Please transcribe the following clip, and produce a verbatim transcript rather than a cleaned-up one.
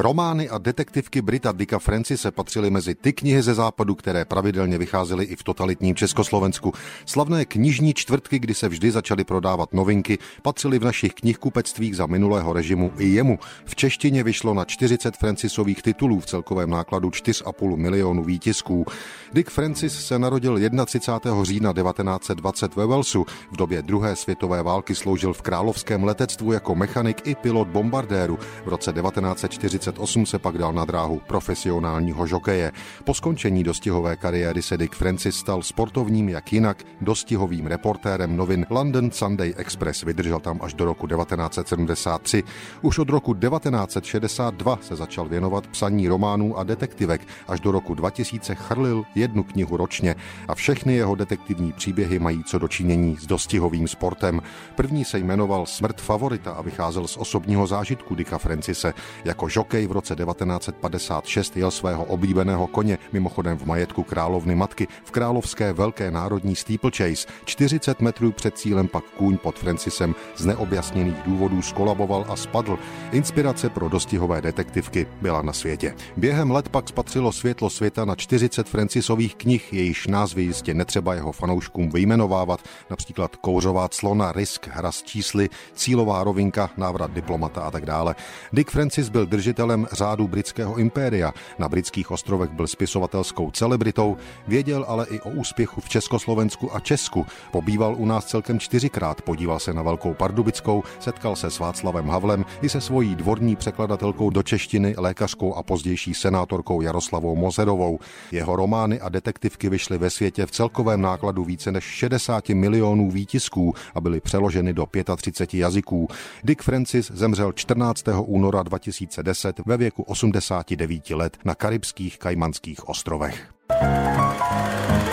Romány a detektivky Brita Dicka Francise patřily mezi ty knihy ze západu, které pravidelně vycházely i v totalitním Československu. Slavné knižní čtvrtky, kdy se vždy začaly prodávat novinky, patřily v našich knihkupectvích za minulého režimu i jemu. V češtině vyšlo na čtyřicet Francisových titulů v celkovém nákladu čtyři a půl milionu výtisků. Dick Francis se narodil třicátého prvního října devatenáct set dvacet ve Walesu. V době druhé světové války sloužil v královském letectvu jako mechanik i pilot bombardéru. V roce devatenáct set čtyřicet osm se pak dal na dráhu profesionálního žokeje. Po skončení dostihové kariéry se Dick Francis stal sportovním, jak jinak, dostihovým reportérem novin London Sunday Express. Vydržel tam až do roku devatenáct set sedmdesát tři. Už od roku devatenáct set šedesát dva se začal věnovat psaní románů a detektivek. Až do roku dva tisíce chrlil jednu knihu ročně a všechny jeho detektivní příběhy mají co dočinění s dostihovým sportem. První se jmenoval Smrt favorita a vycházel z osobního zážitku Dicka Francise. Jako žokej v roce devatenáct set padesát šest jel svého oblíbeného koně, mimochodem v majetku královny matky, v královské velké národní steeplechase. čtyřicet metrů před cílem pak kůň pod Francisem z neobjasněných důvodů skolaboval a spadl. Inspirace pro dostihové detektivky byla na světě. Během let pak spatřilo světlo světa na čtyřicet Francisových knih, jejichž názvy jistě netřeba jeho fanouškům vyjmenovávat, například Kouřová clona, Risk, Hra s čísly, Cílová rovinka, Návrat diplomata a tak dále. Dick Francis byl držitelem řádu britského impéria, na britských ostrovech byl spisovatelskou celebritou, věděl ale i o úspěchu v Československu a Česku. Pobýval u nás celkem čtyřikrát, podíval se na Velkou Pardubickou, setkal se s Václavem Havlem i se svojí dvorní překladatelkou do češtiny, lékařkou a pozdější senátorkou Jaroslavou Mozerovou. Jeho romány a detektivky vyšly ve světě v celkovém nákladu více než šedesát milionů výtisků a byly přeloženy do třiceti pěti jazyků. Dick Francis zemřel čtrnáctého února dva tisíce deset ve věku osmdesáti devíti let na karibských Kajmanských ostrovech.